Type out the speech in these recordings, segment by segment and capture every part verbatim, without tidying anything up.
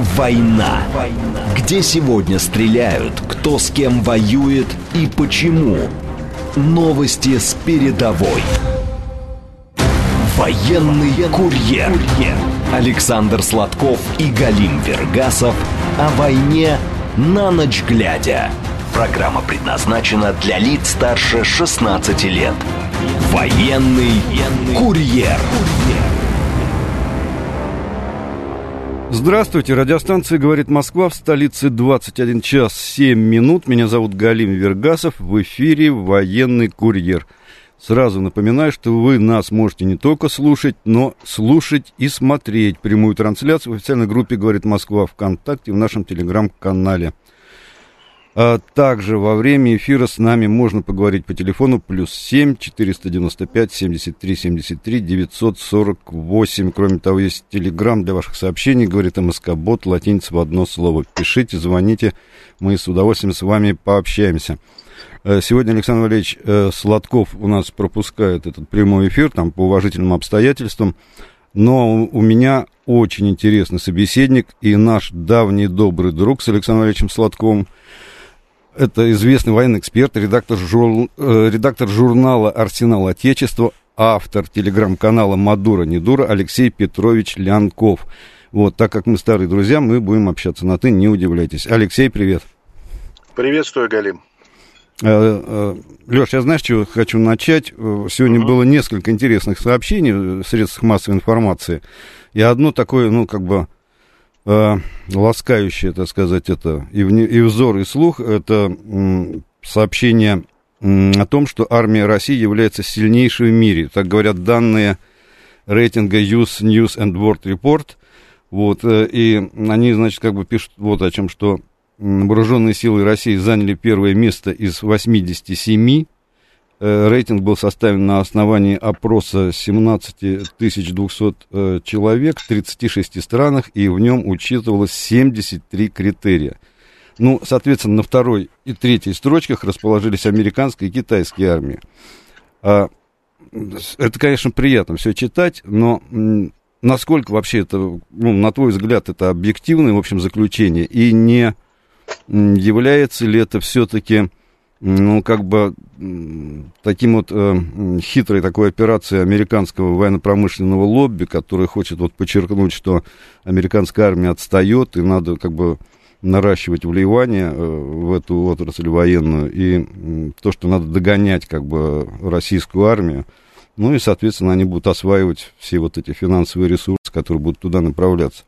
«Война». Где сегодня стреляют, кто с кем воюет и почему. Новости с передовой. Военный курьер. Александр Сладков и Галим Вергасов о войне на ночь глядя. Программа предназначена для лиц старше шестнадцати лет. Военный курьер. Здравствуйте, радиостанция «Говорит Москва», в столице двадцать один час семь минут. Меня зовут Галим Вергасов, в эфире «Военный курьер». Сразу напоминаю, что вы нас можете не только слушать, но слушать и смотреть прямую трансляцию в официальной группе «Говорит Москва» ВКонтакте, в нашем телеграм-канале. А также во время эфира с нами можно поговорить по телефону плюс семь четыреста девяносто пять семьдесят три семьдесят три девятьсот сорок восемь. Кроме того, есть телеграм для ваших сообщений, говорит МСК-бот, латиница в одно слово. Пишите, звоните, мы с удовольствием с вами пообщаемся. Сегодня Александр Валерьевич Сладков у нас пропускает этот прямой эфир, там по уважительным обстоятельствам, но у меня очень интересный собеседник и наш давний добрый друг с Александром Валерьевичем Сладковым. Это известный военный эксперт, редактор, жур... редактор журнала «Арсенал Отечества», автор телеграм-канала «Мадуро не дура» Алексей Петрович Лянков. Вот, так как мы старые друзья, мы будем общаться на «ты», не удивляйтесь. Алексей, привет. Приветствую, Галим. Леш, я знаешь, чего хочу начать? Сегодня uh-huh. было несколько интересных сообщений в средствах массовой информации. И одно такое, ну, как бы... Э, ласкающее, так сказать, это и, вне, и взор, и слух, это м, сообщение м, о том, что армия России является сильнейшей в мире. Так говорят данные рейтинга ю эс News and World Report. Вот, э, и они, значит, как бы пишут вот о чем, что м, вооруженные силы России заняли первое место из восьмидесяти семи. Рейтинг был составлен на основании опроса семнадцать тысяч двести э, человек в тридцати шести странах, и в нем учитывалось семьдесят три критерия. Ну, соответственно, на второй и третьей строчках расположились американская и китайские армии. А, это, конечно, приятно все читать, но м, насколько вообще это, ну, на твой взгляд, это объективное, в общем, заключение, и не м, является ли это все-таки... ну, как бы таким вот э, хитрой такой операцией американского военно-промышленного лобби, который хочет вот подчеркнуть, что американская армия отстает, и надо как бы наращивать вливание э, в эту отрасль военную, и э, то, что надо догонять как бы российскую армию, ну и, соответственно, они будут осваивать все вот эти финансовые ресурсы, которые будут туда направляться.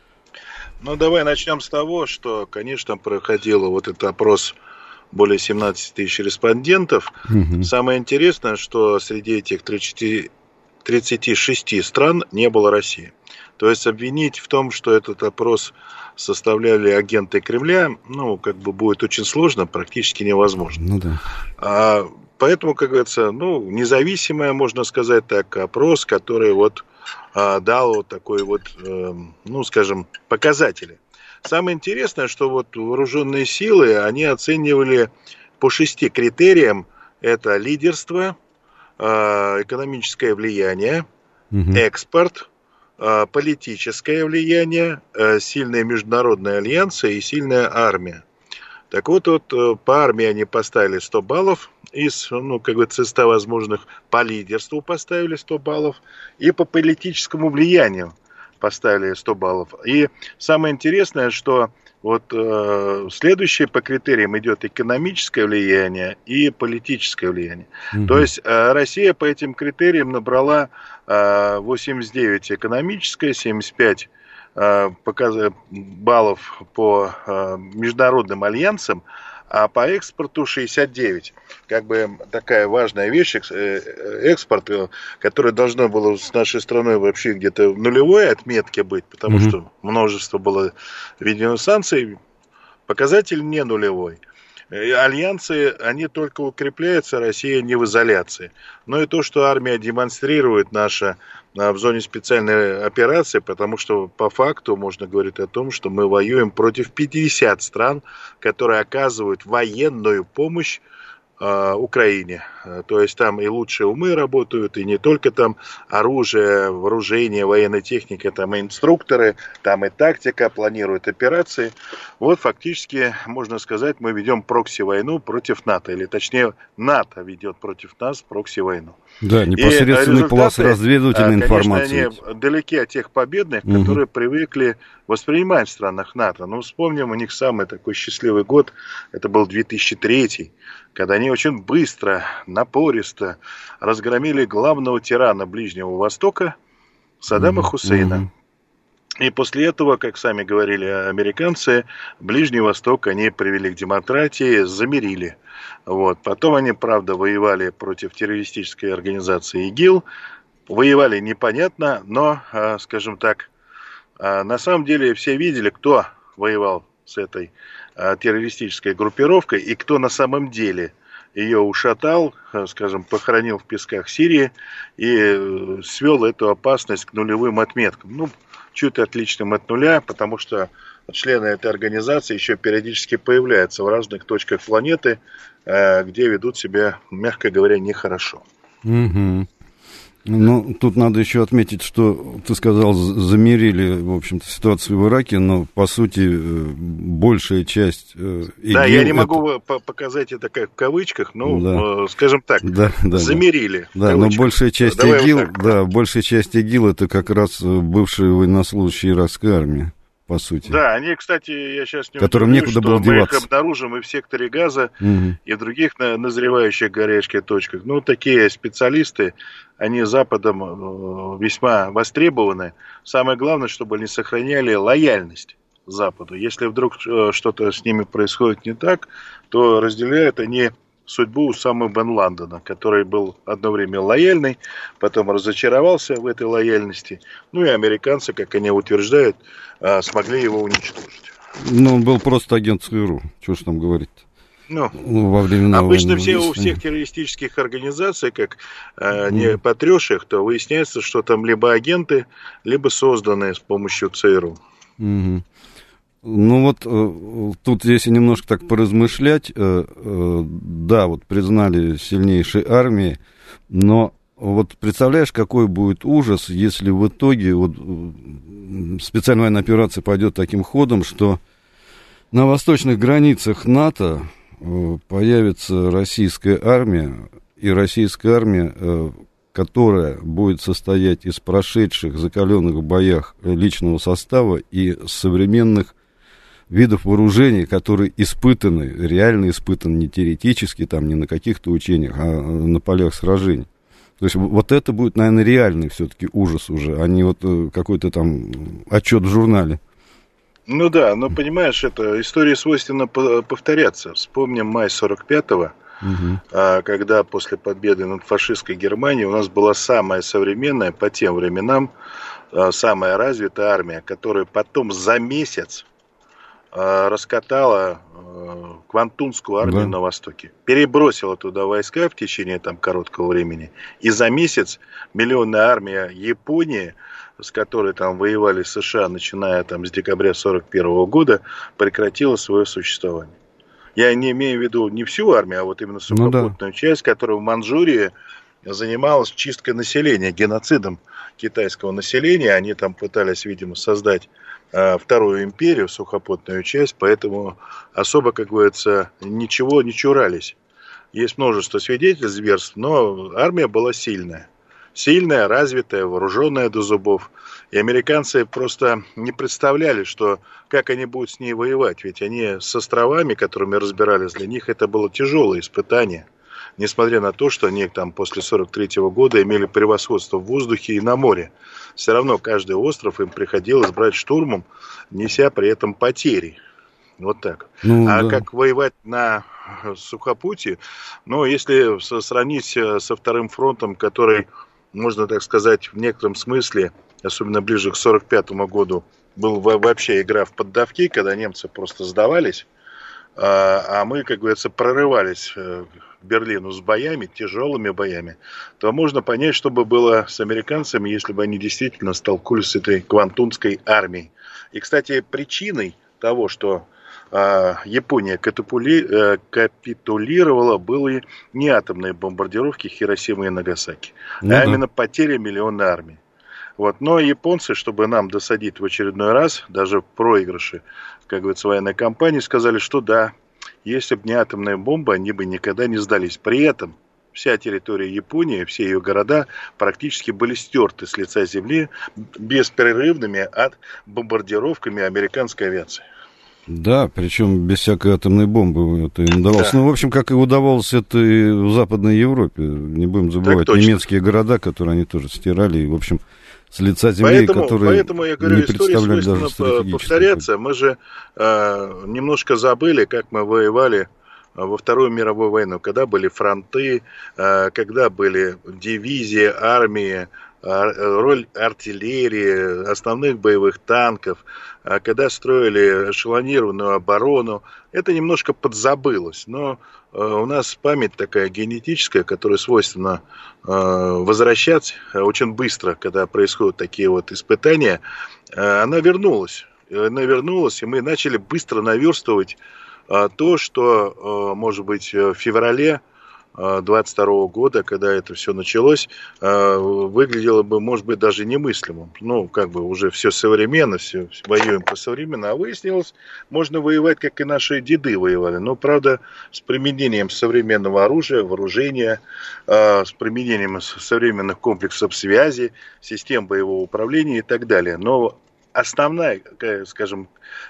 Ну, давай начнем с того, что, конечно, проходил вот этот опрос более семнадцати тысяч респондентов. Угу. Самое интересное, что среди этих тридцати, тридцати шести стран не было России. То есть обвинить в том, что этот опрос составляли агенты Кремля, ну, как бы будет очень сложно, практически невозможно. Ну, да. а, поэтому, как говорится, ну, независимое, можно сказать так, опрос, который вот а, дал вот такой вот, э, ну, скажем, показатели. Самое интересное, что вот вооруженные силы, они оценивали по шести критериям. Это лидерство, экономическое влияние, угу. экспорт, политическое влияние, сильные международные альянсы и сильная армия. Так вот, вот по армии они поставили сто баллов, из, ну, как говорится, из ста возможных, по лидерству поставили сто баллов и по политическому влиянию поставили сто баллов. И самое интересное, что вот э, следующее по критериям идет экономическое влияние и политическое влияние. Mm-hmm. То есть э, Россия по этим критериям набрала э, восемьдесят девять экономическое, семьдесят пять э, показ... баллов по э, международным альянсам, а по экспорту шестьдесят девять. Как бы такая важная вещь, экспорт, который должно было с нашей страной вообще где-то в нулевой отметке быть, потому mm-hmm. что множество было введено санкций, показатель не нулевой. Альянсы, они только укрепляются, Россия не в изоляции. Но и то, что армия демонстрирует наша в зоне специальной операции, потому что по факту можно говорить о том, что мы воюем против пятидесяти стран, которые оказывают военную помощь Украине. То есть там и лучшие умы работают, и не только там оружие, вооружение, военная техника, там и инструкторы, там и тактика, планируют операции. Вот фактически, можно сказать, мы ведем прокси-войну против НАТО, или точнее НАТО ведет против нас прокси-войну. Да, непосредственный пласт разведывательной информации. Конечно, они далеки от тех победных, угу. которые привыкли воспринимать в странах НАТО. Ну, вспомним, у них самый такой счастливый год, это был две тысячи третий, когда они очень быстро, напористо разгромили главного тирана Ближнего Востока Саддама mm-hmm. Хусейна. И после этого, как сами говорили американцы, Ближний Восток они привели к демократии, замирили. Вот. Потом они, правда, воевали против террористической организации ИГИЛ. Воевали непонятно, но, скажем так, на самом деле все видели, кто воевал с этой террористической группировкой и кто на самом деле ее ушатал, скажем, похоронил в песках Сирии и свел эту опасность к нулевым отметкам. Ну, чуть отличным от нуля, потому что члены этой организации еще периодически появляются в разных точках планеты, где ведут себя, мягко говоря, нехорошо. Угу. Ну, тут надо еще отметить, что ты сказал, замерили, в общем-то, ситуацию в Ираке, но, по сути, большая часть ИГИЛ... Да, я не могу это... показать это как в кавычках, но, да. скажем так, да, да, замерили. Да, да, но большая часть да, ИГИЛ, вот да, большая часть ИГИЛ это как раз бывшие военнослужащие иракской армии. По сути. Да, они, кстати, я сейчас не которым удивлюсь, некуда что было мы деваться. их обнаружим и в секторе Газа, угу. и в других назревающих горячих точках. Ну, такие специалисты, они Западом весьма востребованы. Самое главное, чтобы они сохраняли лояльность Западу. Если вдруг что-то с ними происходит не так, то разделяют они судьбу Усамы бен Ладена, который был одно время лояльный, потом разочаровался в этой лояльности. Ну и американцы, как они утверждают, смогли его уничтожить. Ну, он был просто агент ЦРУ. Чего ж там говорить-то? Ну, во времена обычно все, у всех террористических организаций, как э, не потрешь их, то выясняется, что там либо агенты, либо созданные с помощью ЦРУ. Mm-hmm. Ну вот э, тут, если немножко так поразмышлять, э, э, да, вот признали сильнейшей армией, но вот представляешь, какой будет ужас, если в итоге вот, специальная военная операция пойдет таким ходом, что на восточных границах НАТО э, появится российская армия, и российская армия, э, которая будет состоять из прошедших, закаленных в боях личного состава и современных видов вооружений, которые испытаны, реально испытаны, не теоретически, там, не на каких-то учениях, а на полях сражений. То есть вот это будет, наверное, реальный все-таки ужас уже, а не вот какой-то там отчет в журнале. Ну да, но понимаешь, это история свойственно повторяться. Вспомним май сорок пятого, угу. когда после победы над фашистской Германией у нас была самая современная, по тем временам, самая развитая армия, которая потом за месяц раскатала Квантунскую армию да. на Востоке. Перебросила туда войска в течение там короткого времени. И за месяц миллионная армия Японии, с которой там воевали США, начиная там с декабря сорок первого года, прекратила свое существование. Я не имею в виду не всю армию, а вот именно сухопутную ну, да. часть, которая в Манчжурии занималась чисткой населения, геноцидом китайского населения. Они там пытались, видимо, создать Вторую империю, сухопутную часть, поэтому особо, как говорится, ничего не чурались. Есть множество свидетельств зверств, но армия была сильная. Сильная, развитая, вооруженная до зубов. И американцы просто не представляли, что, как они будут с ней воевать. Ведь они с островами, которыми разбирались, для них это было тяжелое испытание. Несмотря на то, что они там после сорок третьего года имели превосходство в воздухе и на море. Все равно каждый остров им приходилось брать штурмом, неся при этом потери. Вот так. Ну, а да. как воевать на сухопутье? Ну, если сравнить со Вторым фронтом, который, можно так сказать, в некотором смысле, особенно ближе к сорок пятому году, был вообще игра в поддавки, когда немцы просто сдавались, а мы, как говорится, прорывались к Берлину с боями, тяжелыми боями, то можно понять, что бы было с американцами, если бы они действительно столкнулись с этой Квантунской армией. И, кстати, причиной того, что Япония капитули... капитулировала, были не атомные бомбардировки Хиросимы и Нагасаки, ну, а да. именно потеря миллионной армии. Вот. Но японцы, чтобы нам досадить в очередной раз, даже в проигрыше, как говорится, военной кампании, сказали, что да, если бы не атомная бомба, они бы никогда не сдались. При этом вся территория Японии, все ее города практически были стерты с лица земли беспрерывными от бомбардировками американской авиации. Да, причем без всякой атомной бомбы это им удавалось. Да. Ну, в общем, как и удавалось это и в Западной Европе. Не будем забывать немецкие города, которые они тоже стирали, и, в общем, с лица земли, поэтому, которые поэтому, я говорю, не представляли даже стратегически. Повторяться. Мы же э, немножко забыли, как мы воевали во Вторую мировую войну, когда были фронты, э, когда были дивизии, армии, роль артиллерии, основных боевых танков, когда строили эшелонированную оборону, это немножко подзабылось. Но у нас память такая генетическая, которая свойственна возвращаться очень быстро, когда происходят такие вот испытания, она вернулась. Она вернулась, и мы начали быстро наверстывать то, что, может быть, в феврале двадцать второго года, когда это все началось, выглядело бы, может быть, даже немыслимым. Ну, как бы уже все современно, все воюем по-современному, а выяснилось, можно воевать, как и наши деды воевали. Но, правда, с применением современного оружия, вооружения, с применением современных комплексов связи, систем боевого управления и так далее. Но основная, скажем,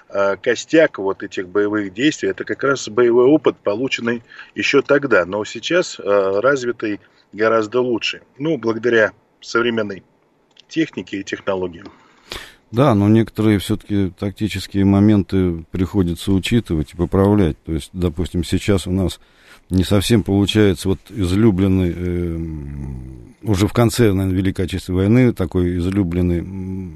костяк вот этих боевых действий, это как раз боевой опыт, полученный еще тогда, но сейчас развитый гораздо лучше. Ну, благодаря современной технике и технологиям. Да, но некоторые все-таки тактические моменты приходится учитывать и поправлять. То есть, допустим, сейчас у нас не совсем получается вот излюбленный, э, уже в конце, наверное, Великой Отечественной войны, такой излюбленный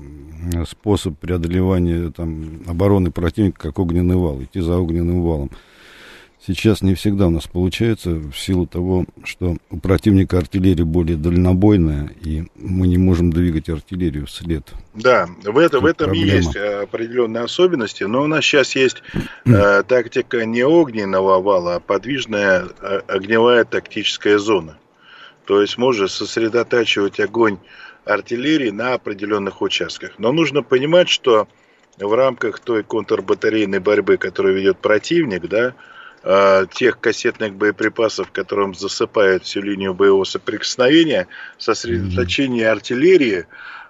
способ преодолевания там, обороны противника, как огненный вал, идти за огненным валом. Сейчас не всегда у нас получается, в силу того, что у противника артиллерия более дальнобойная, и мы не можем двигать артиллерию вслед. Да, в, это, в этом и есть определенные особенности, но у нас сейчас есть э, тактика не огненного вала, а подвижная э, огневая тактическая зона. То есть можно сосредотачивать огонь артиллерии на определенных участках. Но нужно понимать, что в рамках той контрбатарейной борьбы, которую ведет противник, да, тех кассетных боеприпасов, которым засыпают всю линию боевого соприкосновения, сосредоточение артиллерии,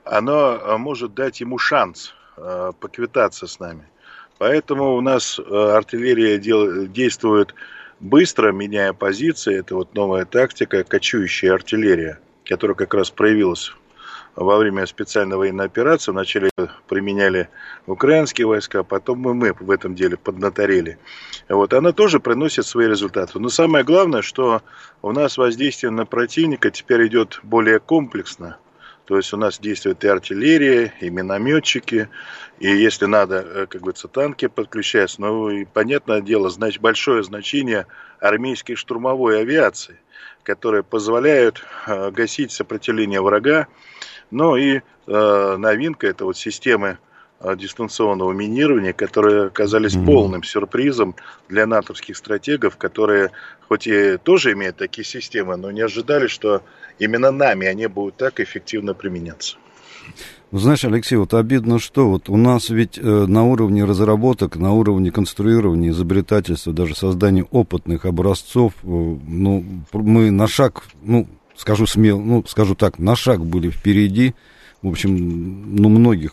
оно может дать ему шанс поквитаться с нами. Поэтому у нас артиллерия дел, действует быстро, меняя позиции. Это вот новая тактика, кочующая артиллерия, которая как раз проявилась во время специальной военной операции. Вначале применяли украинские войска, потом мы, мы в этом деле поднаторели. Вот, она тоже приносит свои результаты. Но самое главное, что у нас воздействие на противника теперь идет более комплексно. То есть у нас действует и артиллерия, и минометчики, и если надо, как говорится, танки подключаются. Ну и, понятное дело, значит, большое значение армейской штурмовой авиации, которая позволяет гасить сопротивление врага. Ну и э, новинка – это вот системы э, дистанционного минирования, которые оказались mm-hmm. полным сюрпризом для натовских стратегов, которые хоть и тоже имеют такие системы, но не ожидали, что именно нами они будут так эффективно применяться. Знаешь, Алексей, вот обидно, что вот у нас ведь э, на уровне разработок, на уровне конструирования, изобретательства, даже создания опытных образцов, э, ну, мы на шаг, ну, скажу смело, ну, скажу так, на шаг были впереди, в общем, ну, многих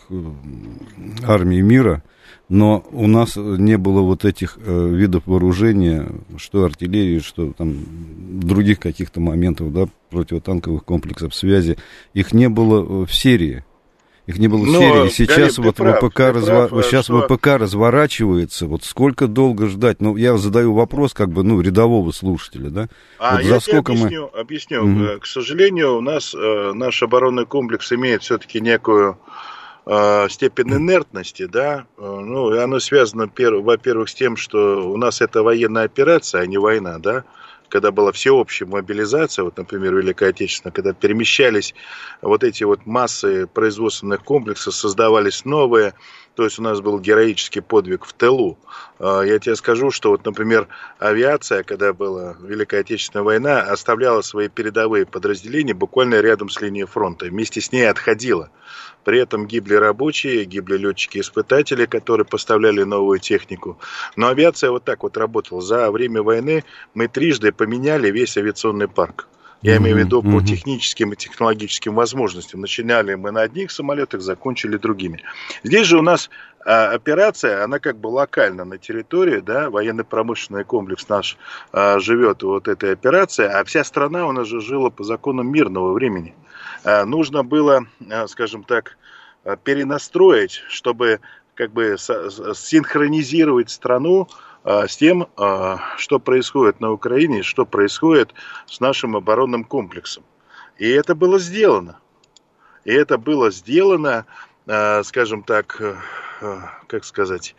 армий мира, но у нас не было вот этих э, видов вооружения, что артиллерии, что там других каких-то моментов, да, противотанковых комплексов связи, их не было в серии. Их не было в серии. Сейчас Галиб, вот прав, ВПК, разва... прав, сейчас что... ВПК разворачивается. Вот сколько долго ждать? Ну, я задаю вопрос, как бы, ну, рядового слушателя, да? А вот я тебе объясню. Мы... объясню. Угу. К сожалению, у нас э, наш оборонный комплекс имеет все-таки некую э, степень инертности, да? Э, ну, и оно связано, пер... во-первых, с тем, что у нас это военная операция, а не война, да? Когда была всеобщая мобилизация, вот, например, Великая Отечественная, когда перемещались вот эти вот массы производственных комплексов, создавались новые, То есть у нас был героический подвиг в тылу. Я тебе скажу, что вот, например, авиация, когда была Великая Отечественная война, оставляла свои передовые подразделения буквально рядом с линией фронта. Вместе с ней отходила. При этом гибли рабочие, гибли летчики-испытатели, которые поставляли новую технику. Но авиация вот так вот работала. За время войны мы трижды поменяли весь авиационный парк. Я имею в виду по техническим и технологическим возможностям. Начинали мы на одних самолетах, закончили другими. Здесь же у нас а, операция, она как бы локальна на территории, да, военно-промышленный комплекс наш а, живет вот этой операцией, а вся страна у нас же жила по законам мирного времени. А, нужно было, а, скажем так, перенастроить, чтобы как бы синхронизировать страну с тем, что происходит на Украине, что происходит с нашим оборонным комплексом. И это было сделано. И это было сделано, скажем так, как сказать,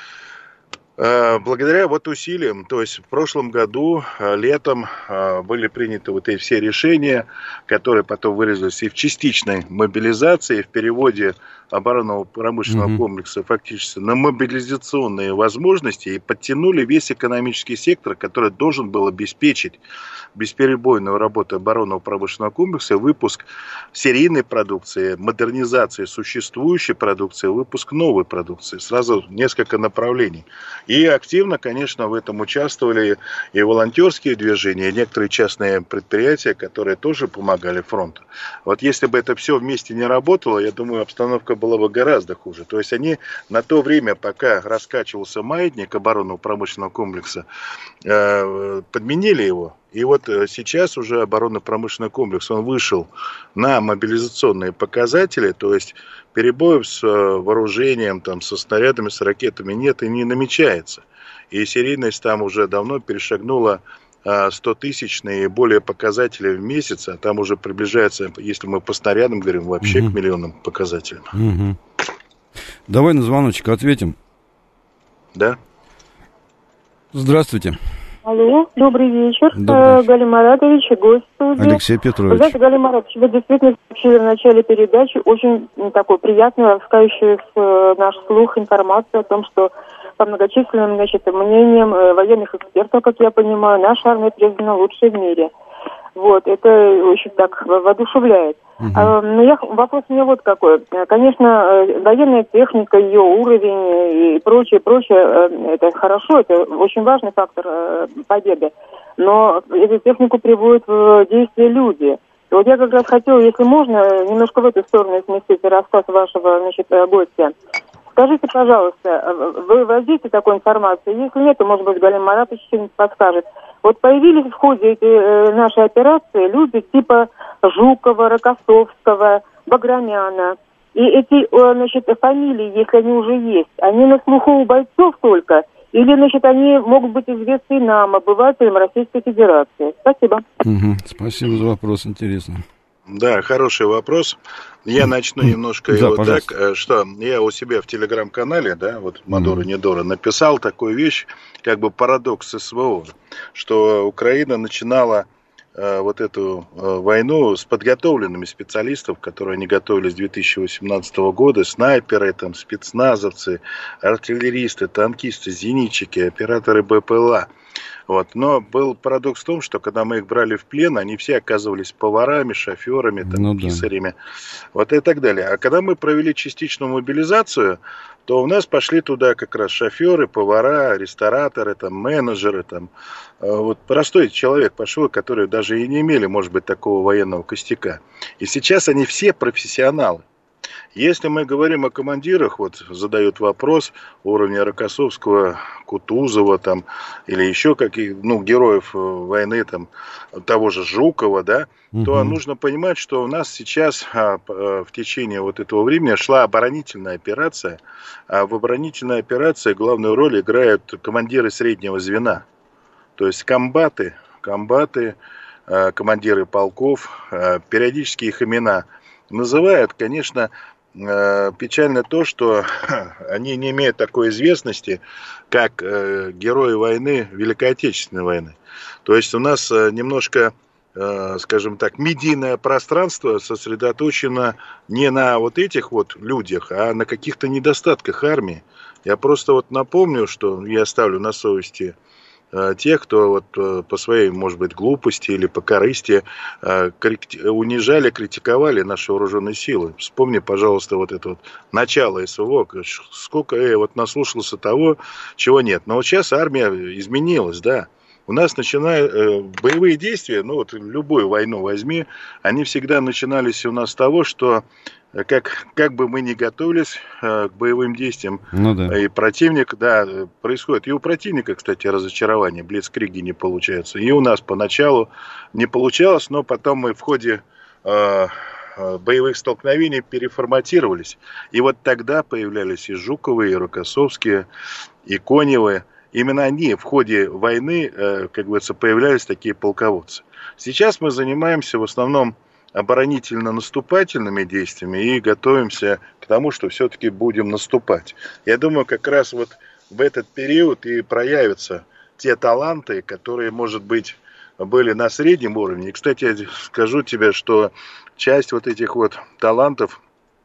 благодаря вот усилиям. То есть в прошлом году, летом, были приняты вот эти все решения, которые потом выразились и в частичной мобилизации, и в переводе оборонного промышленного mm-hmm. комплекса фактически на мобилизационные возможности и подтянули весь экономический сектор, который должен был обеспечить бесперебойную работу оборонного промышленного комплекса, выпуск серийной продукции, модернизация существующей продукции, выпуск новой продукции. Сразу несколько направлений. И активно, конечно, в этом участвовали и волонтерские движения, и некоторые частные предприятия, которые тоже помогали фронту. Вот если бы это все вместе не работало, я думаю, обстановка была бы гораздо хуже. То есть они на то время, пока раскачивался маятник оборонного промышленного комплекса, подменили его. И вот сейчас уже оборонно-промышленный комплекс, он вышел на мобилизационные показатели, то есть перебоев с вооружением, там, со снарядами, с ракетами нет и не намечается. И серийность там уже давно перешагнула стотысячные и более показатели в месяц, а там уже приближается, если мы по снарядам говорим, вообще угу. к миллионным показателям. Угу. Давай на звоночек ответим. Да. Здравствуйте. Алло, добрый вечер. Добрый. Галина Маратович, гость студии. Алексей Петрович. Вы знаете, Галина Маратович, вы действительно сообщили в начале передачи очень ну, такой приятный, ласкающий э, наш слух информацию о том, что по многочисленным, значит, мнениям э, военных экспертов, как я понимаю, наша армия признана лучшей в мире. Вот, это очень так воодушевляет. Uh-huh. А, но я, вопрос у меня вот какой. Конечно, военная техника, ее уровень и прочее, прочее, это хорошо, это очень важный фактор победы. Но эту технику приводят в действие люди. И вот я как раз хотела, если можно, немножко в эту сторону сместить рассказ вашего, значит, гостя. Скажите, пожалуйста, вы владеете такой информацией? Если нет, то, может быть, Галина Маратович что-нибудь подскажет. Вот появились в ходе этой э, нашей операции люди типа Жукова, Рокоссовского, Баграмяна. И эти, э, значит, фамилии, если они уже есть, они на слуху у бойцов только? Или, значит, они могут быть известны нам, обывателям Российской Федерации? Спасибо. Угу. Спасибо за вопрос, интересно. Да, хороший вопрос. Я начну немножко да, его пожалуйста. так, что я у себя в телеграм-канале, да, вот Мадора mm-hmm. Недора, написал такую вещь, как бы парадокс СВО, что Украина начинала э, вот эту э, войну с подготовленными специалистами, которые они готовились с две тысячи восемнадцатого года, снайперы, там, спецназовцы, артиллеристы, танкисты, зенитчики, операторы БПЛА. Вот. Но был парадокс в том, что когда мы их брали в плен, они все оказывались поварами, шоферами, там, ну, писарями, да. вот и так далее. А когда мы провели частичную мобилизацию, то у нас пошли туда как раз шоферы, повара, рестораторы, там, менеджеры. Там. Вот простой человек пошел, которые даже и не имели, может быть, такого военного костяка. И сейчас они все профессионалы. Если мы говорим о командирах, вот задают вопрос уровня Рокоссовского, Кутузова там, или еще каких, ну, героев войны, там, того же Жукова, да, угу. то нужно понимать, что у нас сейчас а, в течение вот этого времени шла оборонительная операция, а в оборонительной операции главную роль играют командиры среднего звена, то есть комбаты, комбаты, а, командиры полков, а, периодически их имена называют, конечно, печально то, что они не имеют такой известности, как герои войны, Великой Отечественной войны. То есть у нас немножко скажем так, медийное пространство сосредоточено не на вот этих вот людях, а на каких-то недостатках армии. Я просто вот напомню, что я ставлю на совести тех, кто вот по своей, может быть, глупости или по корысти унижали, критиковали наши вооруженные силы. Вспомни, пожалуйста, вот это вот начало СВО, сколько я вот наслушался того, чего нет. Но вот сейчас армия изменилась, да. У нас начинают э, боевые действия, ну вот любую войну возьми, они всегда начинались у нас с того, что как, как бы мы ни готовились э, к боевым действиям, ну, да. и противник, да, происходит. И у противника, кстати, разочарование, блицкриги не получается. И у нас поначалу не получалось, но потом мы в ходе э, боевых столкновений переформатировались. И вот тогда появлялись и Жуковы, и Рокоссовские, и Коневы. Именно они в ходе войны, как говорится, появлялись такие полководцы. Сейчас мы занимаемся в основном оборонительно-наступательными действиями и готовимся к тому, что все-таки будем наступать. Я думаю, как раз вот в этот период и проявятся те таланты, которые, может быть, были на среднем уровне. И, кстати, я скажу тебе, что часть вот этих вот талантов,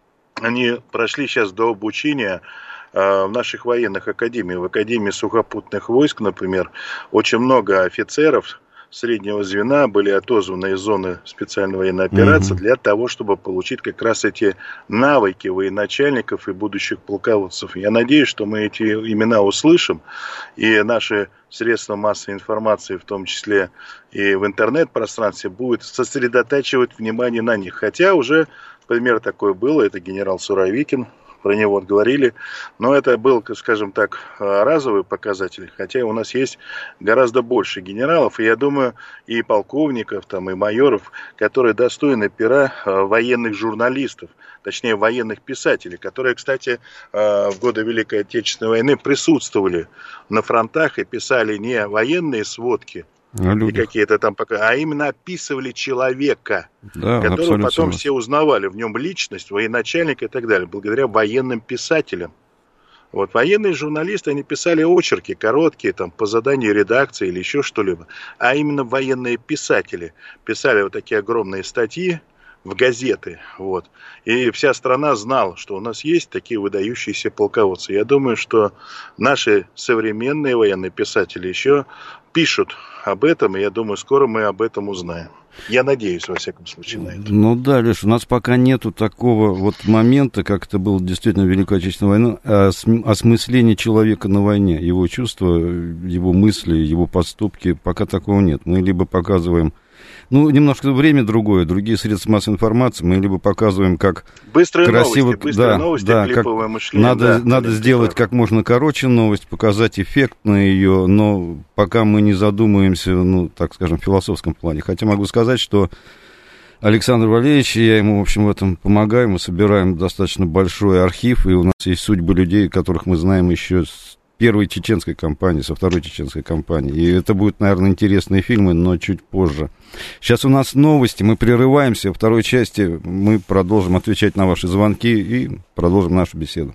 они прошли сейчас до обучения в наших военных академиях. В Академии сухопутных войск, например, очень много офицеров среднего звена были отозваны из зоны специальной военной операции mm-hmm. для того, чтобы получить как раз эти навыки военачальников и будущих полководцев. Я надеюсь, что мы эти имена услышим, и наши средства массовой информации, в том числе и в интернет-пространстве, будут сосредотачивать внимание на них. Хотя уже пример такой был, это генерал Суровикин, про него вот говорили, но это был, скажем так, разовый показатель, хотя у нас есть гораздо больше генералов, и я думаю, и полковников, там, и майоров, которые достойны пера военных журналистов, точнее, военных писателей, которые, кстати, в годы Великой Отечественной войны присутствовали на фронтах и писали не военные сводки, и какие-то там пока, а именно описывали человека, да, которого потом все узнавали, в нем личность, военачальник и так далее, благодаря военным писателям. Вот военные журналисты, они писали очерки короткие, там, по заданию редакции или еще что-либо, а именно военные писатели писали вот такие огромные статьи в газеты, вот. И вся страна знала, что у нас есть такие выдающиеся полководцы. Я думаю, что наши современные военные писатели еще пишут об этом, и я думаю, скоро мы об этом узнаем. Я надеюсь, во всяком случае, на это. Ну да, Леш, у нас пока нету такого вот момента, как это было действительно в Великой Отечественной войне, осмысления человека на войне, его чувства, его мысли, его поступки, пока такого нет. Мы либо показываем, ну, немножко время другое, другие средства массовой информации, мы либо показываем, как быстрые красиво... Новости, быстрые да, новости, да, клиповое как мышление. Надо, да, надо сделать как можно короче новость, показать эффектно ее, но пока мы не задумываемся, ну, так скажем, в философском плане. Хотя могу сказать, что Александр Валерьевич, я ему, в общем, в этом помогаю, мы собираем достаточно большой архив, и у нас есть судьбы людей, которых мы знаем еще с первой чеченской кампании, со второй чеченской кампании. И это будут, наверное, интересные фильмы, но чуть позже. Сейчас у нас новости, мы прерываемся. Во второй части мы продолжим отвечать на ваши звонки и продолжим нашу беседу.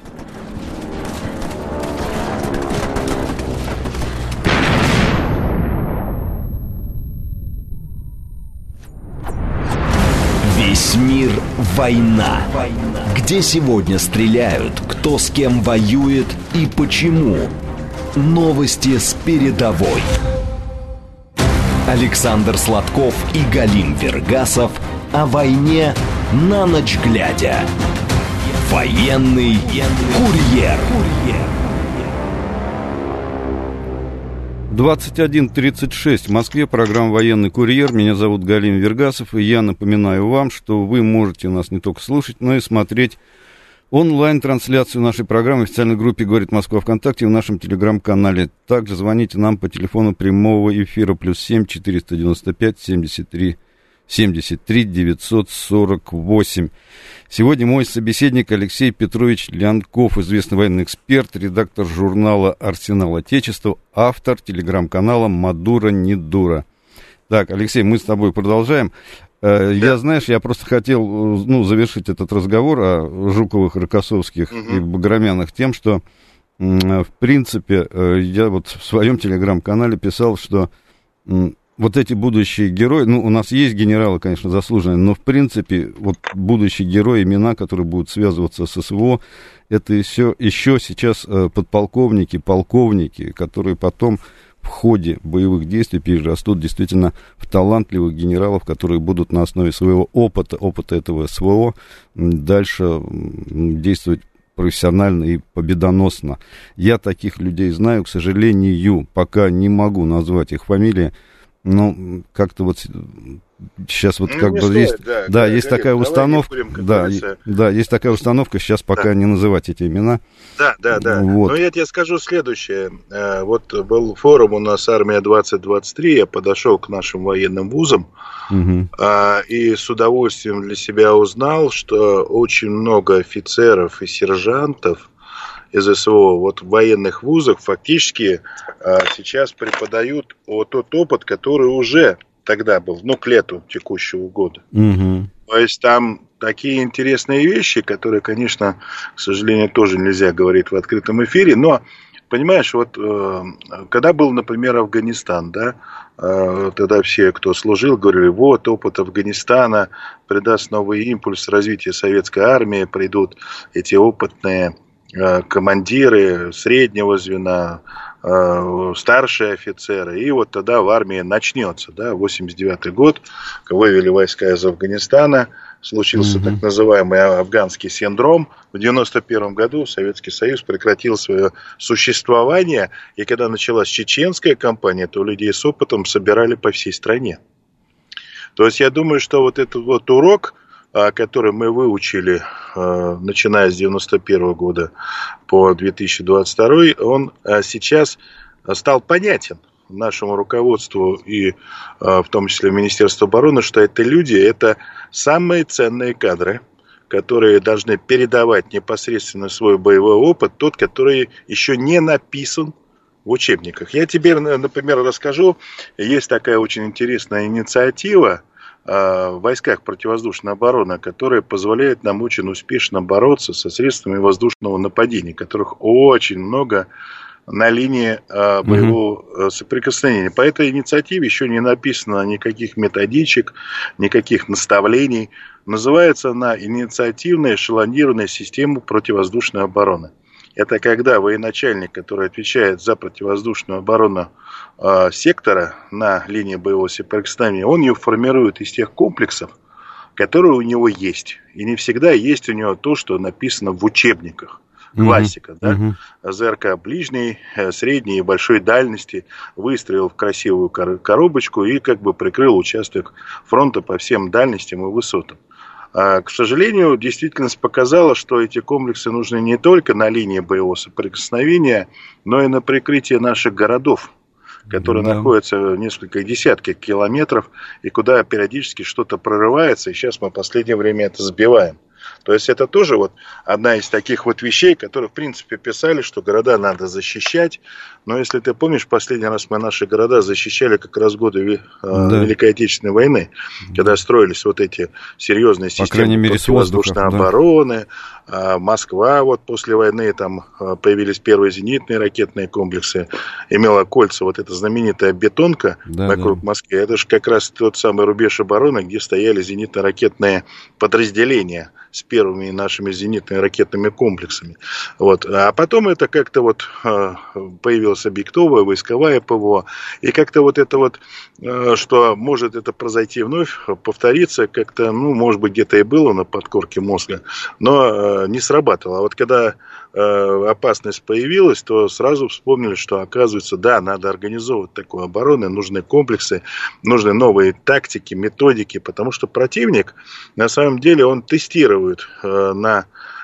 Весь мир – война. Где сегодня стреляют, кто с кем воюет и почему. Новости с передовой. Александр Сладков и Галим Вергасов о войне на ночь глядя. Военный курьер. двадцать один тридцать шесть в Москве, программа «Военный курьер». Меня зовут Галим Вергасов, и я напоминаю вам, что вы можете нас не только слушать, но и смотреть онлайн-трансляцию нашей программы в официальной группе «Говорит Москва» ВКонтакте и в нашем телеграм-канале. Также звоните нам по телефону прямого эфира плюс семь четыреста девяносто пять семьдесят три семьдесят три девятьсот сорок восемь. Сегодня мой собеседник Алексей Петрович Лянков, известный военный эксперт, редактор журнала «Арсенал Отечества», автор телеграм-канала «Мадура не дура». Так, Алексей, мы с тобой продолжаем. Да. Я, знаешь, я просто хотел, ну, завершить этот разговор о Жуковых, Рокоссовских угу. и Баграмянах тем, что, в принципе, я вот в своем телеграм-канале писал, что вот эти будущие герои, ну, у нас есть генералы, конечно, заслуженные, но, в принципе, вот будущие герои, имена, которые будут связываться с СВО, это еще, еще сейчас э, подполковники, полковники, которые потом в ходе боевых действий перерастут действительно в талантливых генералов, которые будут на основе своего опыта, опыта этого СВО, дальше действовать профессионально и победоносно. Я таких людей знаю, к сожалению, пока не могу назвать их фамилии, но как-то вот сейчас вот ну, как бы стоит, есть, да, да, да, есть такая установка, да, да, есть такая установка, сейчас пока да. не называть эти имена. Да, да, да. Вот. Но я тебе скажу следующее. Вот был форум у нас «Армия двадцать двадцать три», я подошел к нашим военным вузам, угу. и с удовольствием для себя узнал, что очень много офицеров и сержантов из СВО вот в военных вузах фактически а, сейчас преподают вот тот опыт, который уже тогда был, ну, к лету текущего года. Угу. То есть там такие интересные вещи, которые, конечно, к сожалению, тоже нельзя говорить в открытом эфире, но, понимаешь, вот э, когда был, например, Афганистан, да, э, тогда все, кто служил, говорили, вот опыт Афганистана придаст новый импульс развития советской армии, придут эти опытные командиры среднего звена, старшие офицеры, и вот тогда в армии начнется, да, восемьдесят девятый год, вывели войска из Афганистана, случился mm-hmm. так называемый афганский синдром, в девяносто первом году Советский Союз прекратил свое существование, и когда началась чеченская кампания, то людей с опытом собирали по всей стране. То есть я думаю, что вот этот вот урок, который мы выучили, начиная с девяносто первого года по две тысячи двадцать второй, он сейчас стал понятен нашему руководству и в том числе Министерству обороны, что это люди, это самые ценные кадры, которые должны передавать непосредственно свой боевой опыт, тот, который еще не написан в учебниках. Я тебе, например, расскажу, есть такая очень интересная инициатива в войсках противовоздушной обороны, которая позволяет нам очень успешно бороться со средствами воздушного нападения, которых очень много на линии э, боевого mm-hmm. соприкосновения. По этой инициативе еще не написано никаких методичек, никаких наставлений. Называется она «Инициативная эшелонированная система противовоздушной обороны». Это когда военачальник, который отвечает за противовоздушную оборону э, сектора на линии боевого соприкосновения, он ее формирует из тех комплексов, которые у него есть. И не всегда есть у него то, что написано в учебниках. Классика, uh-huh. да? Uh-huh. ЗРК ближней, средней и большой дальности выстроил в красивую коробочку и как бы прикрыл участок фронта по всем дальностям и высотам. А, к сожалению, действительность показала, что эти комплексы нужны не только на линии боевого соприкосновения, но и на прикрытие наших городов, которые да. находятся в несколько десятков километров, и куда периодически что-то прорывается, и сейчас мы в последнее время это сбиваем. То есть это тоже вот одна из таких вот вещей, которые в принципе писали, что города надо защищать. Но если ты помнишь, последний раз мы наши города защищали как раз в годы да. Великой Отечественной войны, когда строились вот эти серьезные системы противовоздушной обороны. Да. Москва вот после войны, там появились первые зенитные ракетные комплексы, имела кольца, вот эта знаменитая бетонка да, вокруг да. Москвы. Это же как раз тот самый рубеж обороны, где стояли зенитно-ракетные подразделения с первыми нашими зенитно-ракетными комплексами. Вот. А потом это как-то вот появилась объектовая, войсковая ПВО. И как-то вот это вот, что может это произойти вновь, повториться, как-то, ну, может быть, где-то и было на подкорке мозга, но не срабатывало. А вот когда опасность появилась, то сразу вспомнили, что, оказывается, да, надо организовывать такую оборону, нужны комплексы, нужны новые тактики, методики, потому что противник, на самом деле, он тестирует на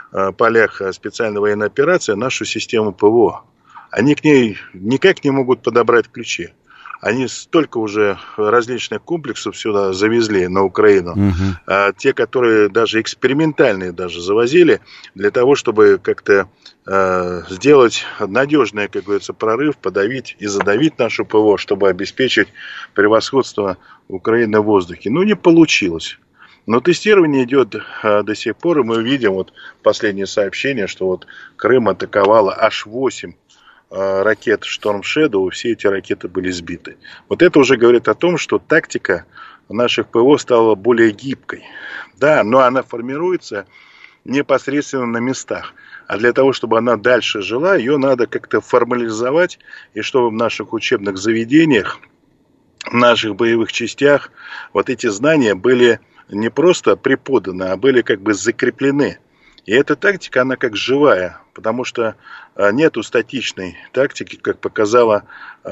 полях специальной военной операции нашу систему ПВО. Они к ней никак не могут подобрать ключи. Они столько уже различных комплексов сюда завезли, на Украину. Угу. А те, которые даже экспериментальные даже завозили, для того, чтобы как-то э, сделать надежный, как говорится, прорыв, подавить и задавить нашу ПВО, чтобы обеспечить превосходство Украины в воздухе. Ну, не получилось. Но тестирование идет а, до сих пор, и мы видим вот последнее сообщение, что вот Крым атаковало аж восемь ракет Storm Shadow, все эти ракеты были сбиты. Вот это уже говорит о том, что тактика наших ПВО стала более гибкой. Да, но она формируется непосредственно на местах. А для того, чтобы она дальше жила, ее надо как-то формализовать, и чтобы в наших учебных заведениях, в наших боевых частях вот эти знания были не просто преподаны, а были как бы закреплены. И эта тактика, она как живая, потому что нету статичной тактики, как показала,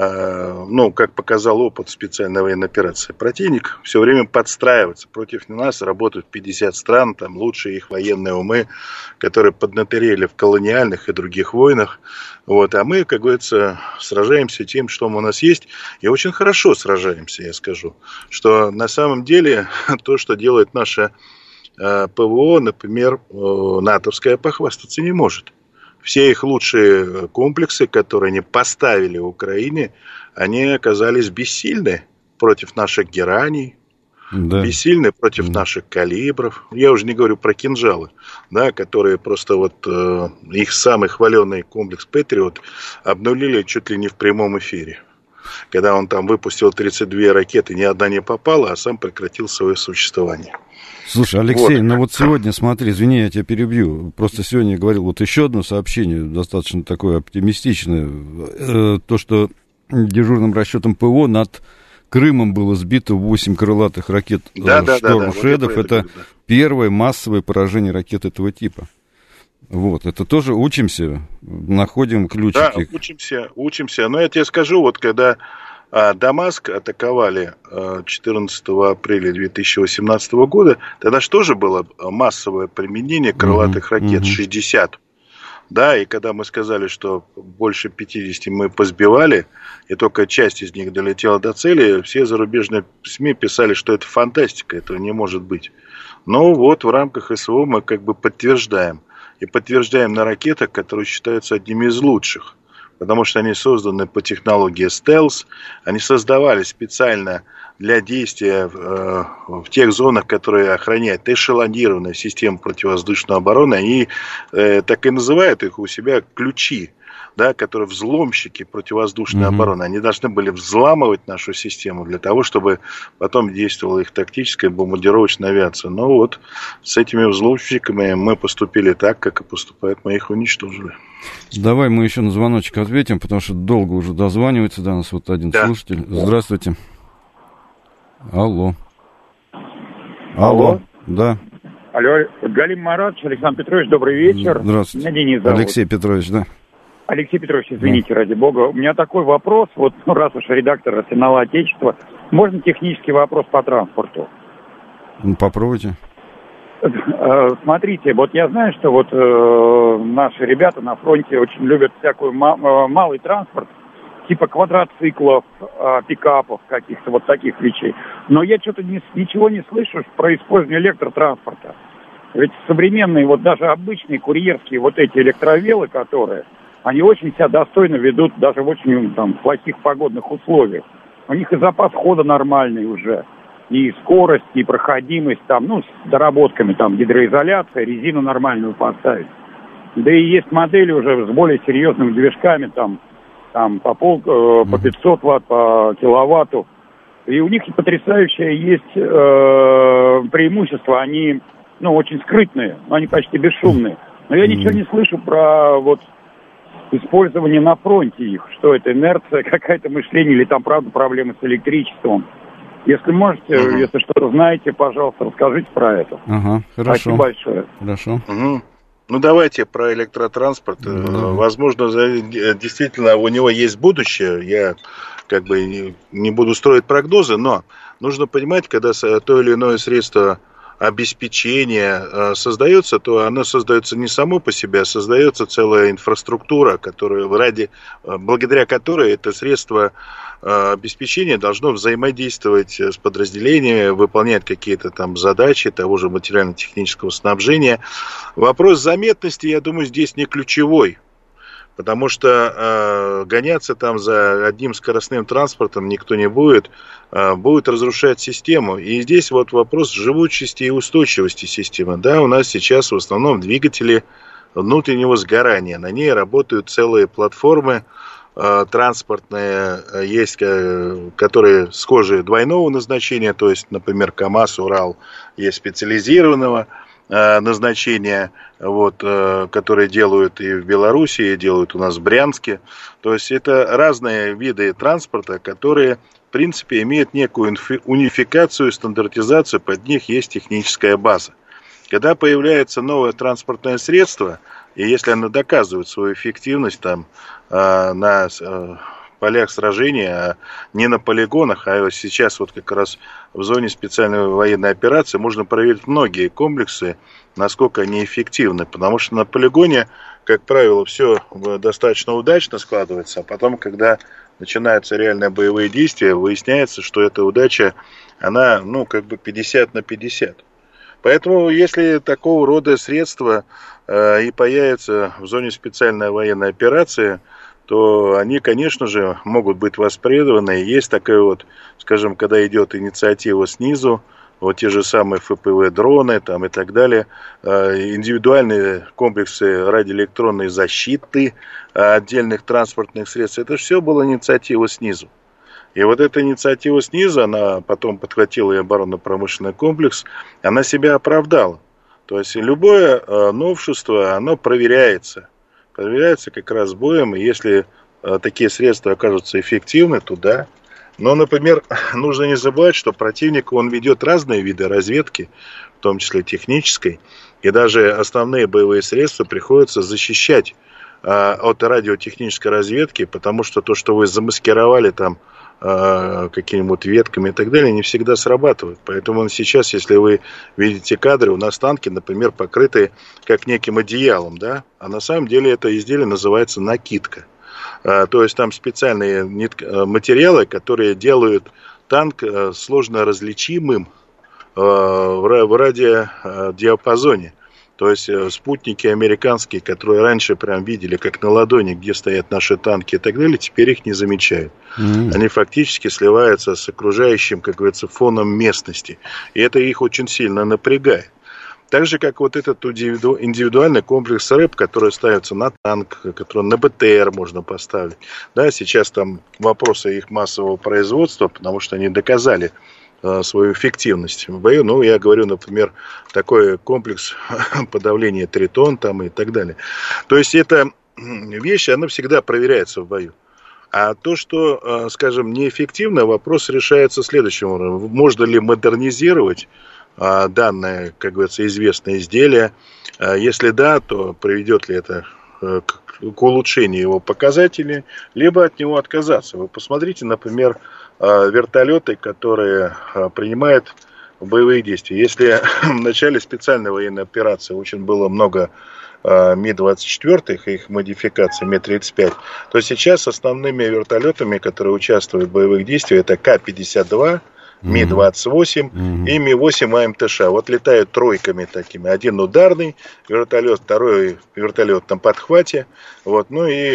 ну, как показал опыт специальной военной операции. Противник все время подстраивается. Против нас работают пятьдесят стран, там лучшие их военные умы, которые поднаторели в колониальных и других войнах. Вот. А мы, как говорится, сражаемся тем, что у нас есть, и очень хорошо сражаемся, я скажу. Что на самом деле то, что делает наша ПВО, например, натовская, похвастаться не может. Все их лучшие комплексы, которые они поставили в Украине, они оказались бессильны против наших гераний, да. бессильны против да. наших калибров. Я уже не говорю про кинжалы, да, которые просто вот э, их самый хваленый комплекс Патриот обнулили чуть ли не в прямом эфире. Когда он там выпустил тридцать две ракеты, ни одна не попала, а сам прекратил свое существование. Слушай, Алексей, вот. ну вот сегодня, смотри, извини, я тебя перебью. Просто сегодня я говорил вот еще одно сообщение, достаточно такое оптимистичное. Э, то, что дежурным расчетом ПВО над Крымом было сбито восемь крылатых ракет да, да, «Шторм да, да, Шедов». Вот это это да. первое массовое поражение ракет этого типа. Вот, это тоже учимся, находим ключики. Да, учимся, учимся. Но я тебе скажу, вот когда а, Дамаск атаковали а, четырнадцатого апреля две тысячи восемнадцатого года, тогда же тоже было массовое применение крылатых uh-huh, ракет, uh-huh. шестьдесят. Да, и когда мы сказали, что больше пятьдесят мы позбивали, и только часть из них долетела до цели, все зарубежные СМИ писали, что это фантастика, этого не может быть. Но вот в рамках СВО мы как бы подтверждаем. И подтверждаем на ракетах, которые считаются одними из лучших. Потому что они созданы по технологии стелс. Они создавались специально для действия в, э, в тех зонах, которые охраняет эшелонированная система противовоздушной обороны. Они э, так и называют их у себя ключи, да, которые взломщики противовоздушной mm-hmm. обороны. Они должны были взламывать нашу систему для того, чтобы потом действовала их тактическая бомбардировочная авиация. Но вот с этими взломщиками мы поступили так, как и поступают, мы их уничтожили. Давай мы еще на звоночек ответим, потому что долго уже дозванивается до нас вот один да. слушатель. Здравствуйте. Алло. Алло. Алло. Да. Алло. Галим Маратович, Александр Петрович, добрый вечер. Здравствуйте. Меня Денис зовут. Алексей Петрович, да. Алексей Петрович, извините, да. ради бога. У меня такой вопрос, вот ну, раз уж редактор «Арсенала Отечества», можно технический вопрос по транспорту? Ну, попробуйте. Смотрите, вот я знаю, что вот э, наши ребята на фронте очень любят всякую ма- малый транспорт, типа квадроциклов, э, пикапов, каких-то вот таких вещей. Но я что-то не, ничего не слышу про использование электротранспорта. Ведь современные, вот даже обычные курьерские вот эти электровелы, которые, они очень себя достойно ведут даже в очень там плохих погодных условиях. У них и запас хода нормальный уже. И скорость, и проходимость, там, ну, с доработками, там, гидроизоляция, резину нормальную поставить. Да и есть модели уже с более серьезными движками, там, там по, пол, э, по пятьсот ватт, по киловатту. И у них и потрясающее есть э, преимущество, они, ну, очень скрытные, но они почти бесшумные. Но я ничего не слышу про, вот, использование на фронте их, что это, инерция, какая-то мышление, или там, правда, проблемы с электричеством. Если можете, uh-huh. если что-то знаете, пожалуйста, расскажите про это. Ага, хорошо. Спасибо большое. Хорошо. Uh-huh. Ну, давайте про электротранспорт. Uh-huh. Возможно, действительно, у него есть будущее. Я как бы не, не буду строить прогнозы, но нужно понимать, когда то или иное средство обеспечения создается, то оно создается не само по себе, а создается целая инфраструктура, которая, ради, благодаря которой это средство обеспечения должно взаимодействовать с подразделениями, выполнять какие-то там задачи того же материально-технического снабжения. Вопрос заметности, я думаю, здесь не ключевой. Потому что э, гоняться там за одним скоростным транспортом никто не будет, э, будет разрушать систему. И здесь вот вопрос живучести и устойчивости системы. Да, у нас сейчас в основном двигатели внутреннего сгорания. На ней работают целые платформы э, транспортные, есть, э, которые схожие двойного назначения, то есть, например, КАМАЗ, Урал, есть специализированного э, назначения, вот, э, которые делают и в Беларуси, и делают у нас в Брянске. То есть это разные виды транспорта, которые, в принципе, имеют некую унификацию, стандартизацию, под них есть техническая база. Когда появляется новое транспортное средство, и если оно доказывает свою эффективность там, э, на э, полях сражения, а не на полигонах, а сейчас вот как раз в зоне специальной военной операции можно проверить многие комплексы, насколько они эффективны, потому что на полигоне, как правило, все достаточно удачно складывается, а потом, когда начинаются реальные боевые действия, выясняется, что эта удача, она, ну, как бы пятьдесят на пятьдесят. Поэтому, если такого рода средства э, и появятся в зоне специальной военной операции, то они, конечно же, могут быть востребованы. Есть такая вот, скажем, когда идет инициатива снизу, вот те же самые эф пэ вэ-дроны там, и так далее, э, индивидуальные комплексы радиоэлектронной защиты э, отдельных транспортных средств, это все была инициатива снизу. И вот эта инициатива снизу, она потом подхватила и оборонно-промышленный комплекс, она себя оправдала. То есть любое э, новшество, оно проверяется. Проверяется как раз боем, и если э, такие средства окажутся эффективны, то да. Но, например, нужно не забывать, что противник, он ведет разные виды разведки, в том числе технической, и даже основные боевые средства приходится защищать э, от радиотехнической разведки, потому что то, что вы замаскировали там, какими-нибудь ветками и так далее, не всегда срабатывают. Поэтому сейчас, если вы видите кадры, у нас танки, например, покрыты как неким одеялом, да, а на самом деле это изделие называется накидка. То есть там специальные материалы, которые делают танк сложно различимым в радиодиапазоне. То есть спутники американские, которые раньше прям видели, как на ладони, где стоят наши танки и так далее, теперь их не замечают. Mm-hmm. Они фактически сливаются с окружающим, как говорится, фоном местности. И это их очень сильно напрягает. Так же, как вот этот индивидуальный комплекс РЭП, который ставится на танк, который на бэ тэ эр можно поставить. Да, сейчас там вопросы их массового производства, потому что они доказали свою эффективность в бою. Ну, я говорю, например, такой комплекс подавления тритон там и так далее. То есть, эта вещь, она всегда проверяется в бою. А то, что, скажем, неэффективно, вопрос решается следующим образом. Можно ли модернизировать данное, как говорится, известное изделие? Если да, то приведет ли это к улучшению его показателей, либо от него отказаться. Вы посмотрите, например, вертолеты, которые принимают боевые действия. Если в начале специальной военной операции очень было много Ми двадцать четыре, их модификации Ми тридцать пять, то сейчас основными вертолетами, которые участвуют в боевых действиях, это Ка пятьдесят два, Ми двадцать восемь mm-hmm. и Ми восемь А Эм Тэ Ш. Вот летают тройками такими. Один ударный вертолет, второй вертолет на подхвате. Вот, ну и,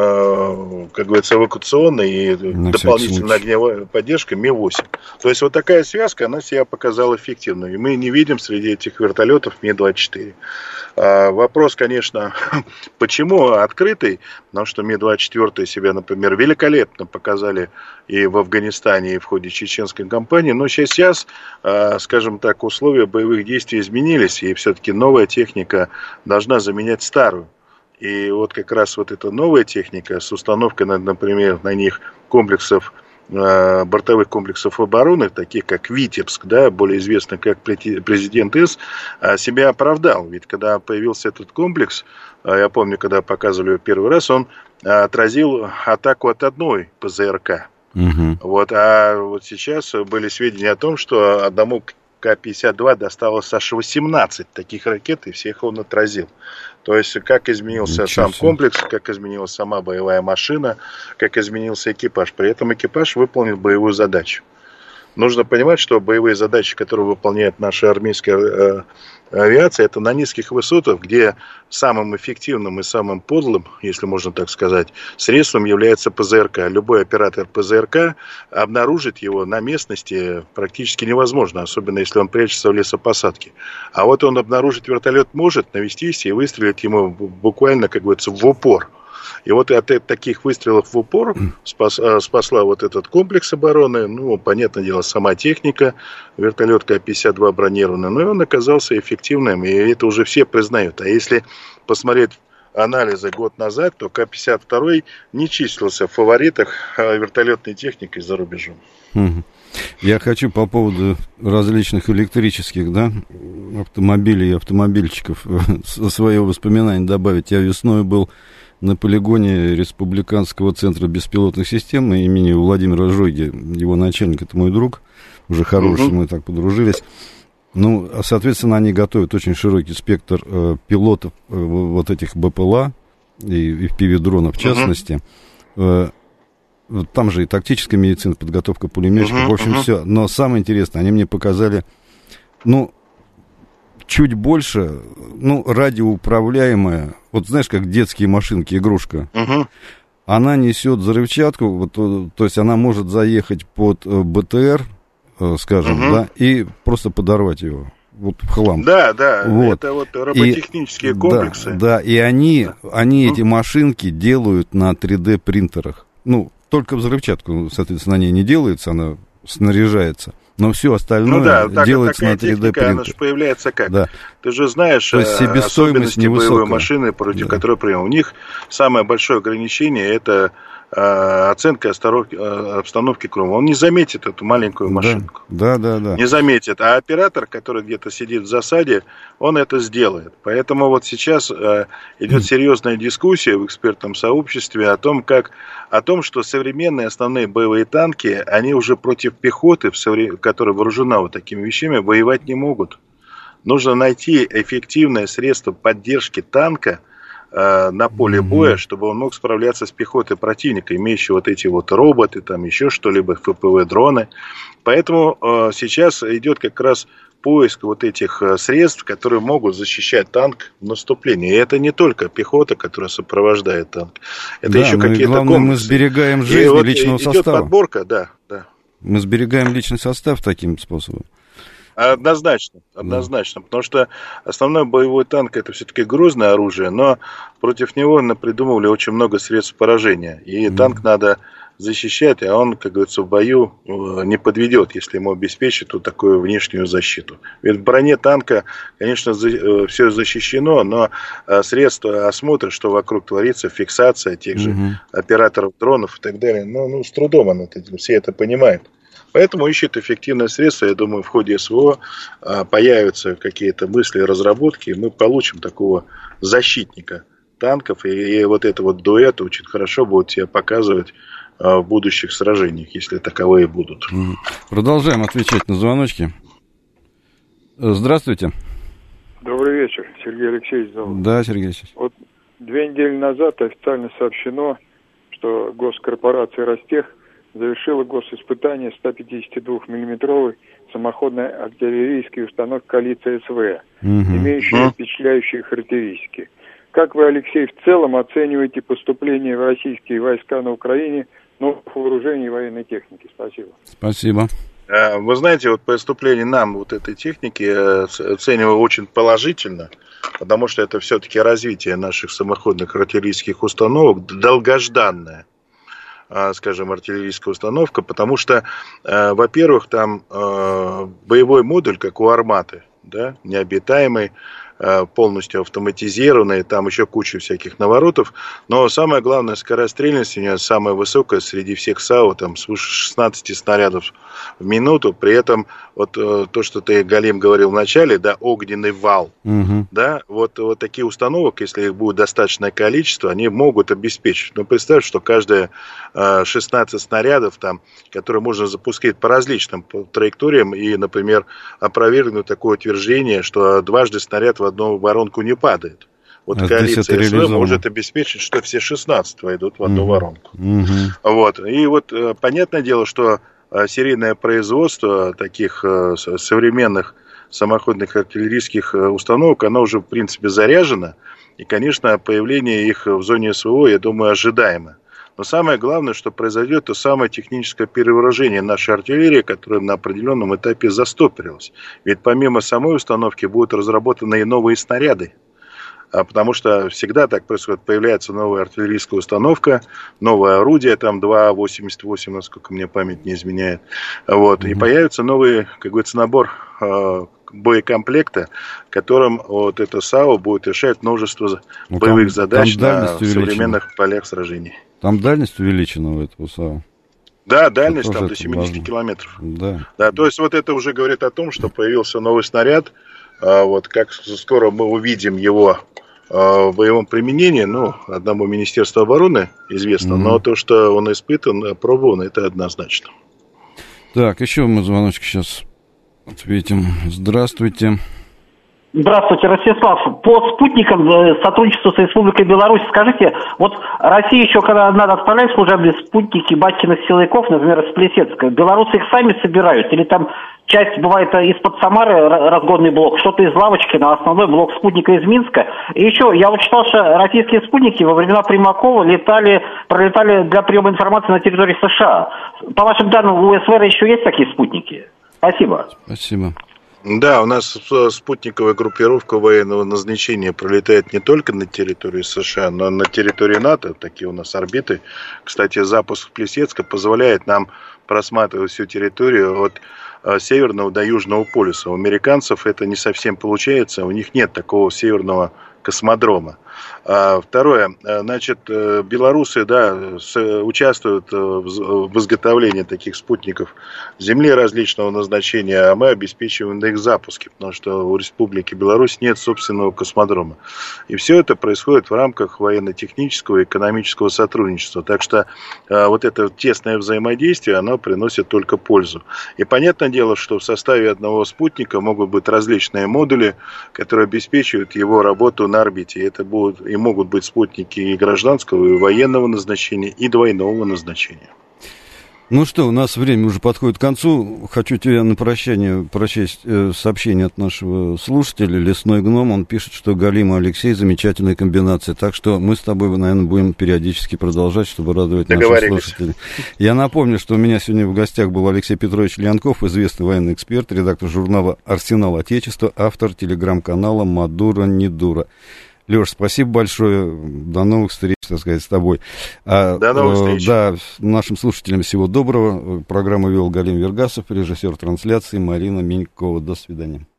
э, как говорится, эвакуационный и на дополнительная огневая поддержка Ми восемь. То есть вот такая связка, она себя показала эффективной. И мы не видим среди этих вертолетов Ми двадцать четыре. А вопрос, конечно, почему открытый? Потому что Ми двадцать четыре себя, например, великолепно показали и в Афганистане, и в ходе чеченской кампании. Но сейчас, скажем так, условия боевых действий изменились, и все-таки новая техника должна заменять старую. И вот как раз вот эта новая техника с установкой, например, на них комплексов, бортовых комплексов обороны, таких как Витебск, да, более известно как Президент С, себя оправдал. Ведь когда появился этот комплекс, я помню, когда показывали его первый раз, он отразил атаку от одной Пэ Зэ Эр Ка. Угу. Вот, а вот сейчас были сведения о том, что одному Ка пятьдесят два досталось аж восемнадцать таких ракет, и всех он отразил. То есть, как изменился Ничего сам себе. комплекс, как изменилась сама боевая машина, как изменился экипаж. При этом экипаж выполнил боевую задачу. нужно понимать, что боевые задачи, которые выполняет наша армейская э, авиация, это на низких высотах, где самым эффективным и самым подлым, если можно так сказать, средством является ПЗРК. Любой оператор ПЗРК обнаружить его на местности практически невозможно, особенно если он прячется в лесопосадке. А вот он обнаружить вертолет может, навестись и выстрелить ему буквально, как говорится, в упор. И вот от таких выстрелов в упор спас, спасла вот этот комплекс обороны, ну, понятное дело, сама техника, вертолет Ка пятьдесят два бронированный, но он оказался эффективным, и это уже все признают. А если посмотреть анализы год назад, то Ка пятьдесят два не числился в фаворитах вертолетной техники за рубежом. Я хочу по поводу различных электрических, да, автомобилей и автомобильчиков свои воспоминания добавить. Я весной был на полигоне Республиканского центра беспилотных систем имени Владимира Жойги. Его начальник — это мой друг, уже хороший, uh-huh. мы так подружились. Ну, соответственно, они готовят очень широкий спектр э, пилотов э, вот этих БПЛА и, и эф пи ви-дронов в частности. Uh-huh. Э, там же и тактическая медицина, подготовка пулеметчиков, uh-huh. в общем, uh-huh. все. Но самое интересное, они мне показали, ну, чуть больше, ну, радиоуправляемая, вот знаешь, как детские машинки, игрушка. Uh-huh. Она несет взрывчатку, вот, то есть она может заехать под БТР, скажем, uh-huh. да, и просто подорвать его. Вот в хлам. Да, да, вот. Это вот роботехнические и, комплексы. Да, да, и они, они uh-huh. эти машинки делают на три дэ принтерах. Ну, только взрывчатку, соответственно, на ней не делается, она снаряжается. Но все остальное ну да, так, делается на три дэ принтере. Она же появляется как? Да. Ты же знаешь особенности боевой машины, против да. которой прием. У них самое большое ограничение — это оценка обстановки кругом. Он не заметит эту маленькую машинку. Да, да, да, да. Не заметит. А оператор, который где-то сидит в засаде, он это сделает. Поэтому вот сейчас идет серьезная дискуссия в экспертном сообществе о том, как, о том, что современные основные боевые танки, они уже против пехоты, которая вооружена вот такими вещами, воевать не могут. Нужно найти эффективное средство поддержки танка на поле mm-hmm. боя, чтобы он мог справляться с пехотой противника, имеющей вот эти вот роботы, там еще что-либо, эф пэ вэ-дроны. Поэтому э, сейчас идет как раз поиск вот этих э, средств, которые могут защищать танк в наступлении. И это не только пехота, которая сопровождает танк. Это да, еще какие-то главное, комплексы. Мы сберегаем жизнь вот личного идет состава. Идет подборка, да, да. Мы сберегаем личный состав таким способом. Однозначно, однозначно, да. Потому что основной боевой танк — это все-таки грозное оружие, но против него придумывали очень много средств поражения, и mm. танк надо защищать, а он, как говорится, в бою не подведет, если ему обеспечат вот такую внешнюю защиту. Ведь в броне танка, конечно, все защищено, но средства осмотра, что вокруг творится, фиксация тех же mm-hmm. операторов дронов и так далее, ну, ну с трудом он это, все это понимают. Поэтому ищет эффективное средство. Я думаю, в ходе СВО появятся какие-то мысли, разработки, и мы получим такого защитника танков. И, и вот это вот дуэт очень хорошо будет себя показывать в будущих сражениях, если таковые будут. Продолжаем отвечать на звоночки. Здравствуйте. Добрый вечер. Сергей Алексеевич зовут. Да, Сергей Алексеевич. Вот две недели назад официально сообщено, что госкорпорация «Ростех» завершила госиспытание сто пятидесятидвухмиллиметровой самоходной артиллерийской установки коалиции СВ, угу. имеющей впечатляющие характеристики. Как вы, Алексей, в целом оцениваете поступление в российские войска на Украине новых вооружений и военной техники? Спасибо. Спасибо. Вы знаете, вот поступление нам вот этой техники оцениваю очень положительно, потому что это все-таки развитие наших самоходных артиллерийских установок, долгожданное. Скажем, артиллерийская установка, потому что, э, во-первых, там э, боевой модуль, как у «Арматы», да, необитаемый, э, полностью автоматизированный, там еще куча всяких наворотов, но самое главное, скорострельность у нее самая высокая среди всех САУ, там свыше шестнадцати снарядов в минуту, при этом вот э, то, что ты, Галим, говорил в начале, да, огненный вал, угу. да, вот, вот такие установок, если их будет достаточное количество, они могут обеспечить. Но представь, что каждая э, шестнадцать снарядов, там, которые можно запускать по различным траекториям и, например, опровергнуть такое утверждение, что дважды снаряд в одну воронку не падает. Вот а коалиция СВ может обеспечить, что все шестнадцать войдут в одну угу. воронку. Угу. Вот. И вот понятное дело, что серийное производство таких современных самоходных артиллерийских установок, оно уже, в принципе, заряжено. И, конечно, появление их в зоне СВО, я думаю, ожидаемо. Но самое главное, что произойдет, это самое техническое перевооружение нашей артиллерии, которая на определенном этапе застопорилась. Ведь помимо самой установки будут разработаны и новые снаряды. А потому что всегда так происходит. Появляется новая артиллерийская установка, новое орудие, там два восемьдесят восемь, насколько мне память не изменяет. Вот. Mm-hmm. И появится новый, как говорится, набор э, боекомплекта, которым вот это САУ будет решать множество ну, боевых там, задач там на современных полях сражений. Там дальность увеличена у этого САУ? Да, дальность это там до семьдесят важно. Километров. Да. Да, то есть вот это уже говорит о том, что появился новый снаряд. А вот как скоро мы увидим его а, в боевом применении, ну, одному Министерству обороны известно, mm-hmm. но то, что он испытан, опробован, это однозначно. Так, еще мы звоночки сейчас ответим. Здравствуйте. Здравствуйте, Ростислав. По спутникам сотрудничества с Республикой Беларусь, скажите, вот Россия еще, когда надо отправлять служебные спутники Батькиных силовиков, например, из Плесецка, белорусы их сами собирают? Или там часть бывает из-под Самары разгонный блок, что-то из лавочки, на основной блок спутника из Минска? И еще, я вот читал, что российские спутники во времена Примакова летали, пролетали для приема информации на территории США. По вашим данным, у СВР еще есть такие спутники? Спасибо. Спасибо. Да, у нас спутниковая группировка военного назначения пролетает не только на территории США, но и на территории НАТО. Такие у нас орбиты. Кстати, запуск Плесецка позволяет нам просматривать всю территорию от Северного до Южного полюса. У американцев это не совсем получается, у них нет такого северного космодрома. Второе, значит, белорусы, да, участвуют в изготовлении таких спутников Земли различного назначения, а мы обеспечиваем их запуски, потому что у Республики Беларусь нет собственного космодрома. И все это происходит в рамках военно-технического и экономического сотрудничества. Так что вот это тесное взаимодействие, оно приносит только пользу. И понятное дело, что в составе одного спутника могут быть различные модули, которые обеспечивают его работу на орбите. И это будут и могут быть спутники и гражданского, и военного назначения, и двойного назначения. Ну что, у нас время уже подходит к концу. Хочу тебе на прощание прочесть э, сообщение от нашего слушателя. Лесной гном, он пишет, что Галима Алексей замечательная комбинация. Так что мы с тобой, наверное, будем периодически продолжать, чтобы радовать наших слушателей. Я напомню, что у меня сегодня в гостях был Алексей Петрович Лянков, известный военный эксперт, редактор журнала «Арсенал Отечества», автор телеграм-канала «Мадура не дура». Леш, спасибо большое. До новых встреч, так сказать, с тобой. А, До новых встреч. Да, нашим слушателям всего доброго. Программу вел Галим Вергасов, режиссер трансляции Марина Минькова. До свидания.